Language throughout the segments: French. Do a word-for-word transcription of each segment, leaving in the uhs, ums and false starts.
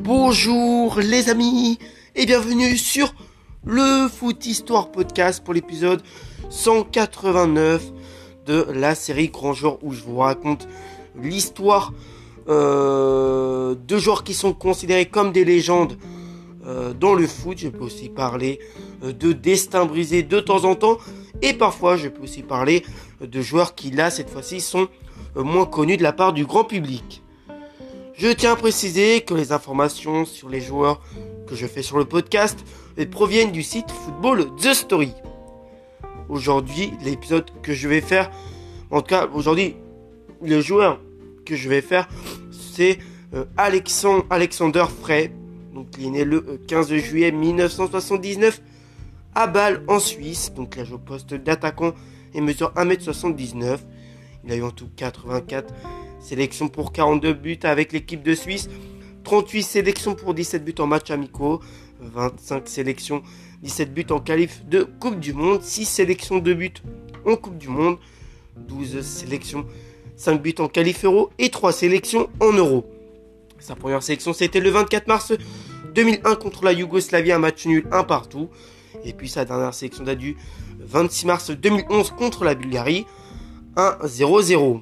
Bonjour les amis et bienvenue sur le Foot Histoire Podcast pour l'épisode cent quatre-vingt-neuf de la série Grand Joueur où je vous raconte l'histoire euh, de joueurs qui sont considérés comme des légendes euh, dans le foot. Je peux aussi parler euh, de destins brisés de temps en temps et parfois je peux aussi parler de joueurs qui là cette fois-ci sont euh, moins connus de la part du grand public. Je tiens à préciser que les informations sur les joueurs que je fais sur le podcast proviennent du site Football The Story. Aujourd'hui, l'épisode que je vais faire, en tout cas aujourd'hui, le joueur que je vais faire, c'est euh, Alexandre, Alexander Frey. Donc il est né le quinze juillet mille neuf cent soixante-dix-neuf à Bâle en Suisse. Donc là, je joue au poste d'attaquant et mesure un mètre soixante-dix-neuf. Il a eu en tout quatre-vingt-quatre sélections pour quarante-deux buts avec l'équipe de Suisse, trente-huit sélections pour dix-sept buts en matchs amicaux, vingt-cinq sélections, dix-sept buts en qualif de Coupe du Monde, six sélections de buts en Coupe du Monde, douze sélections, cinq buts en qualif Euro et trois sélections en Euro. Sa première sélection c'était le vingt-quatre mars deux mille un contre la Yougoslavie, un match nul un partout. Et puis sa dernière sélection date du vingt-six mars deux mille onze contre la Bulgarie, un zéro zéro.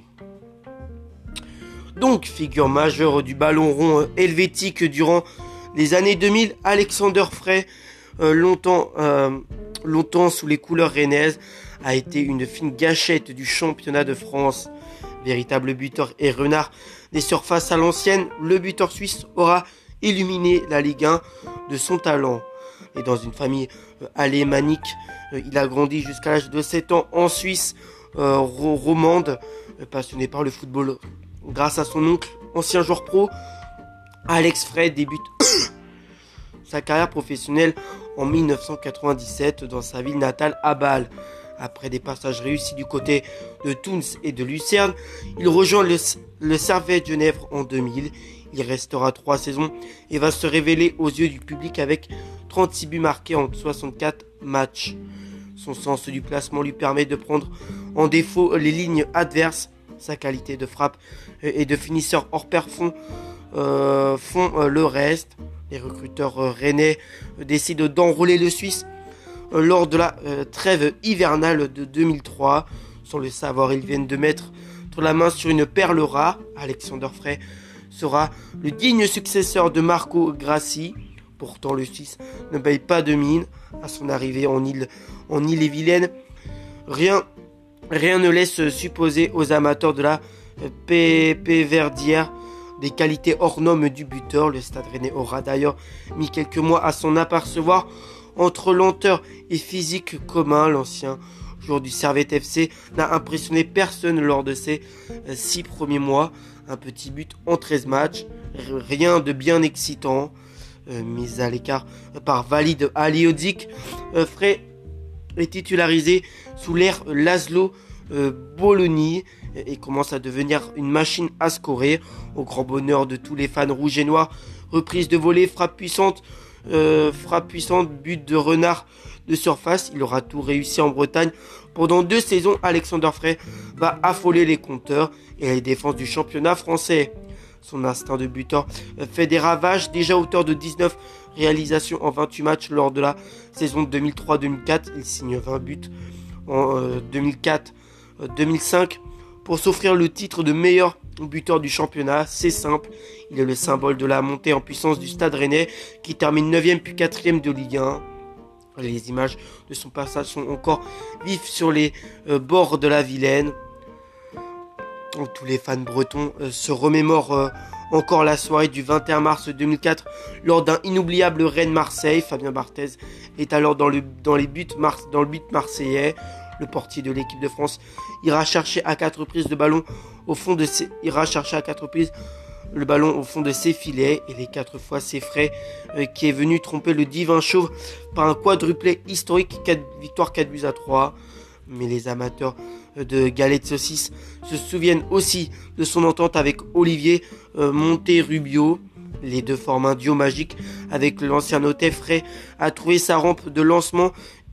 Donc, figure majeure du ballon rond helvétique durant les années deux mille, Alexander Frey, euh, longtemps, euh, longtemps sous les couleurs rennaises, a été une fine gâchette du championnat de France. Véritable buteur et renard des surfaces à l'ancienne, le buteur suisse aura illuminé la Ligue un de son talent. Et dans une famille euh, alémanique, euh, il a grandi jusqu'à l'âge de sept ans en Suisse euh, romande, euh, passionné par le football. Grâce à son oncle, ancien joueur pro, Alex Frey débute sa carrière professionnelle en mille neuf cent quatre-vingt-dix-sept dans sa ville natale à Bâle. Après des passages réussis du côté de Tounes et de Lucerne, il rejoint le, le Servette Genève en deux mille. Il restera trois saisons et va se révéler aux yeux du public avec trente-six buts marqués en soixante-quatre matchs. Son sens du placement lui permet de prendre en défaut les lignes adverses. Sa qualité de frappe et de finisseur hors pair font, euh, font euh, le reste. Les recruteurs euh, rennais euh, décident d'enrôler le Suisse euh, lors de la euh, trêve hivernale de deux mille trois. Sans le savoir, ils viennent de mettre la main sur une perle rare. Alexander Frey sera le digne successeur de Marco Grassi. Pourtant, le Suisse ne paye pas de mine. À son arrivée en île, en Ille-et-Vilaine, rien Rien ne laisse supposer aux amateurs de la Péverdière des qualités hors normes du buteur. Le Stade Rennais aura d'ailleurs mis quelques mois à s'en apercevoir. Entre lenteur et physique commun, l'ancien joueur du Servette F C n'a impressionné personne lors de ses six premiers mois. Un petit but en treize matchs, rien de bien excitant. Euh, mis à l'écart par Walid Halilhodžić, euh, Frey est titularisé sous l'ère Laszlo euh, Bologna et commence à devenir une machine à scorer au grand bonheur de tous les fans rouges et noirs. Reprise de volée, frappe puissante, euh, frappe puissante, but de renard de surface. Il aura tout réussi en Bretagne. Pendant deux saisons, Alexander Frey va affoler les compteurs et les défenses du championnat français. Son instinct de buteur fait des ravages, déjà auteur de dix-neuf réalisations en vingt-huit matchs lors de la saison deux mille trois deux mille quatre. Il signe vingt buts en euh, deux mille quatre deux mille cinq pour s'offrir le titre de meilleur buteur du championnat. C'est simple, il est le symbole de la montée en puissance du Stade Rennais qui termine neuvième puis quatrième de Ligue un. Les images de son passage sont encore vives sur les euh, bords de la Vilaine. Tous les fans bretons euh, se remémorent euh, encore la soirée du vingt et un mars deux mille quatre lors d'un inoubliable Rennes-Marseille. Fabien Barthez est alors dans le, dans les buts Mar- dans le but marseillais. Le portier de l'équipe de France ira chercher à quatre reprises le ballon au fond de ses, ira chercher à quatre reprises le ballon au fond de ses filets et les quatre fois c'est Frey euh, qui est venu tromper le divin chauve par un quadruplé historique, quatre victoires, quatre buts à trois. Mais les amateurs de galets de saucisse se souviennent aussi de son entente avec Olivier euh, Monterrubio. Les deux forment un duo magique avec l'ancien hôtel. Frey a trouvé sa rampe de lancement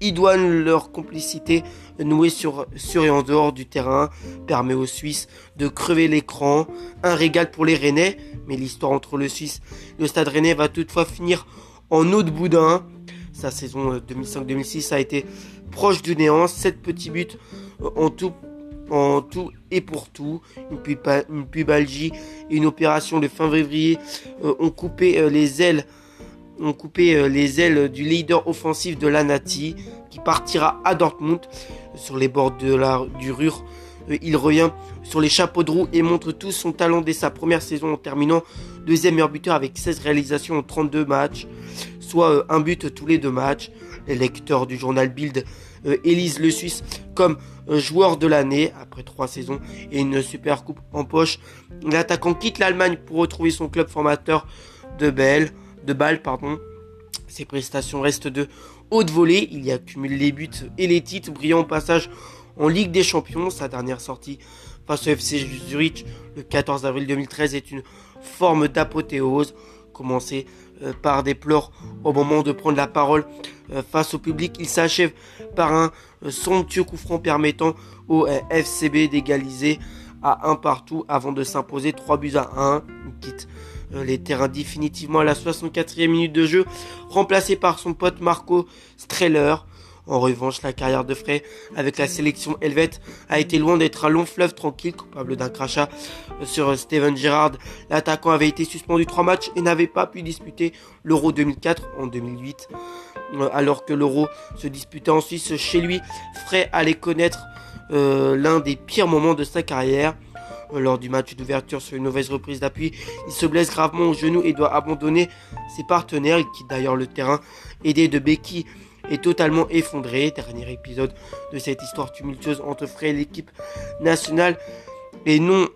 idoines, leur complicité nouée sur, sur et en dehors du terrain permet aux Suisses de crever l'écran. Un régal pour les Rennais, mais l'histoire entre le Suisse et le Stade Rennais va toutefois finir en eau de boudin. Sa saison deux mille cinq deux mille six a été proche du néant, sept petits buts en tout, en tout et pour tout. Une, pupa, une pubalgie et une opération de fin février euh, ont coupé euh, les ailes ont coupé euh, les ailes du leader offensif de la Nati, qui partira à Dortmund. Sur les bords de la, du Ruhr, euh, il revient sur les chapeaux de roue et montre tout son talent dès sa première saison en terminant deuxième meilleur buteur avec seize réalisations en trente-deux matchs, soit euh, un but tous les deux matchs. Les lecteurs du journal Bild euh, élisent le Suisse comme euh, joueur de l'année après trois saisons et une super coupe en poche. L'attaquant quitte l'Allemagne pour retrouver son club formateur de Bâle. de Bâle, pardon. Ses prestations restent de haute volée. Il y accumule les buts et les titres, brillant au passage en Ligue des Champions. Sa dernière sortie face au F C Zurich le quatorze avril deux mille treize est une forme d'apothéose, commencée euh, par des pleurs au moment de prendre la parole euh, face au public. Il s'achève par un euh, somptueux coup franc permettant au euh, F C B d'égaliser à un partout avant de s'imposer trois buts à un. Il quitte euh, les terrains définitivement à la soixante-quatrième minute de jeu, remplacé par son pote Marco Streller. En revanche, la carrière de Frey avec la sélection helvète a été loin d'être un long fleuve tranquille, coupable d'un crachat sur Steven Gerrard. L'attaquant avait été suspendu trois matchs et n'avait pas pu disputer l'Euro deux mille quatre en deux mille huit. Alors que l'Euro se disputait en Suisse chez lui, Frey allait connaître euh, l'un des pires moments de sa carrière. Lors du match d'ouverture sur une mauvaise reprise d'appui, il se blesse gravement au genou et doit abandonner ses partenaires. Il quitte d'ailleurs le terrain aidé de Becky est totalement effondré. Dernier épisode de cette histoire tumultueuse entre Frey et l'équipe nationale et non,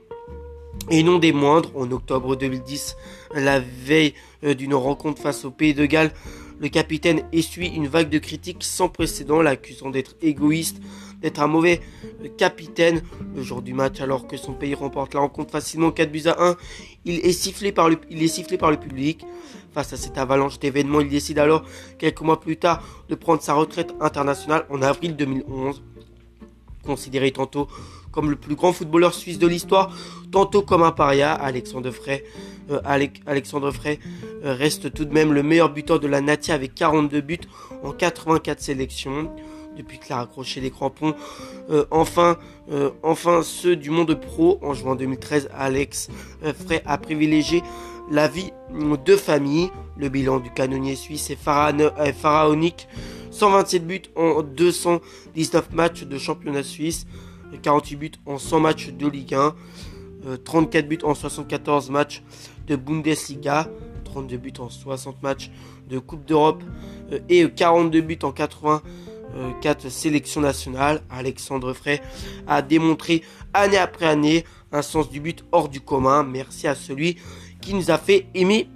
et non des moindres. En octobre deux mille dix, la veille d'une rencontre face au Pays de Galles, le capitaine essuie une vague de critiques sans précédent, l'accusant d'être égoïste, d'être un mauvais capitaine. Le jour du match, alors que son pays remporte la rencontre facilement quatre buts à un, il est sifflé par le, il est sifflé par le public. Face à cette avalanche d'événements, il décide alors, quelques mois plus tard, de prendre sa retraite internationale en avril deux mille onze. Considéré tantôt comme le plus grand footballeur suisse de l'histoire, tantôt comme un paria, Alexandre Frey, euh, Alec, Alexandre Frey euh, reste tout de même le meilleur buteur de la Nati avec quarante-deux buts en quatre-vingt-quatre sélections. Depuis qu'il a raccroché les crampons, euh, enfin, euh, enfin ceux du monde pro. En juin deux mille treize, Alex euh, Frey a privilégié la vie de famille. Le bilan du canonnier suisse est pharaonique. cent vingt-sept buts en deux cent dix-neuf matchs de championnat suisse, quarante-huit buts en cent matchs de Ligue un, trente-quatre buts en soixante-quatorze matchs de Bundesliga, trente-deux buts en soixante matchs de Coupe d'Europe et quarante-deux buts en quatre-vingt-quatre sélections nationales. Alexandre Frey a démontré année après année un sens du but hors du commun. Merci à celui qui nous a fait aimer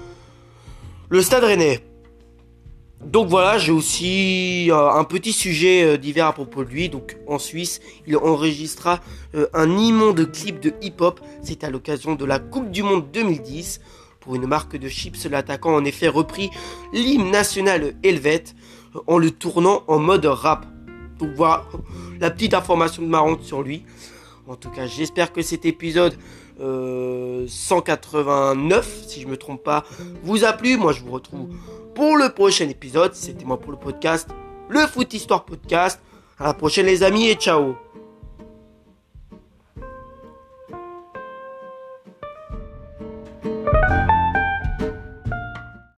le Stade Rennais. Donc voilà, j'ai aussi euh, un petit sujet euh, divers à propos de lui. Donc en Suisse, il enregistra euh, un immonde clip de hip-hop. C'est à l'occasion de la Coupe du Monde deux mille dix. Pour une marque de chips, l'attaquant a en effet repris l'hymne national helvète euh, en le tournant en mode rap. Donc voilà la petite information de marrante sur lui. En tout cas, j'espère que cet épisode euh, cent quatre-vingt-neuf, si je me trompe pas, vous a plu. Moi, je vous retrouve pour le prochain épisode. C'était moi pour le podcast, le Foot Histoire Podcast. À la prochaine les amis et ciao.